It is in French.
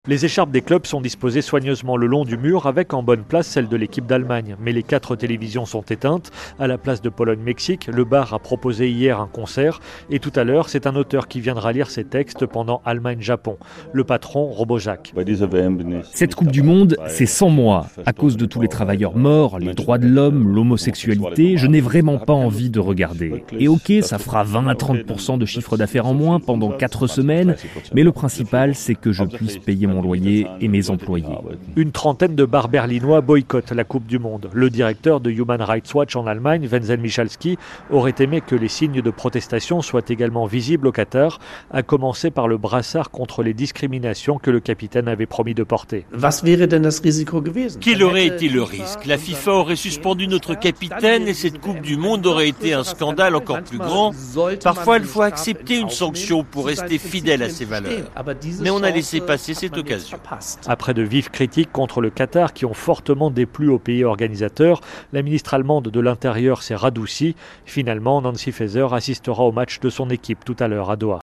Les écharpes des clubs sont disposées soigneusement le long du mur avec en bonne place celle de l'équipe d'Allemagne. Mais les 4 télévisions sont éteintes. À la place de Pologne-Mexique, le bar a proposé hier un concert. Et tout à l'heure, c'est un auteur qui viendra lire ses textes pendant Allemagne-Japon. Le patron, Robojak. Cette Coupe du Monde, c'est sans moi. À cause de tous les travailleurs morts, les droits de l'homme, l'homosexualité, je n'ai vraiment pas envie de regarder. Et ok, ça fera 20 à 30% de chiffre d'affaires en moins pendant 4 semaines. Mais le principal, c'est que je puisse payer mon loyer et mes employés. Une trentaine de bars berlinois boycottent la Coupe du Monde. Le directeur de Human Rights Watch en Allemagne, Wenzel Michalski, aurait aimé que les signes de protestation soient également visibles au Qatar, à commencer par le brassard contre les discriminations que le capitaine avait promis de porter. Quel aurait été le risque ? La FIFA aurait suspendu notre capitaine et cette Coupe du Monde aurait été un scandale encore plus grand. Parfois, il faut accepter une sanction pour rester fidèle à ses valeurs. Mais on a laissé passer cette occasion. Après de vives critiques contre le Qatar qui ont fortement déplu au pays organisateur, la ministre allemande de l'Intérieur s'est radoucie. Finalement, Nancy Faeser assistera au match de son équipe tout à l'heure à Doha.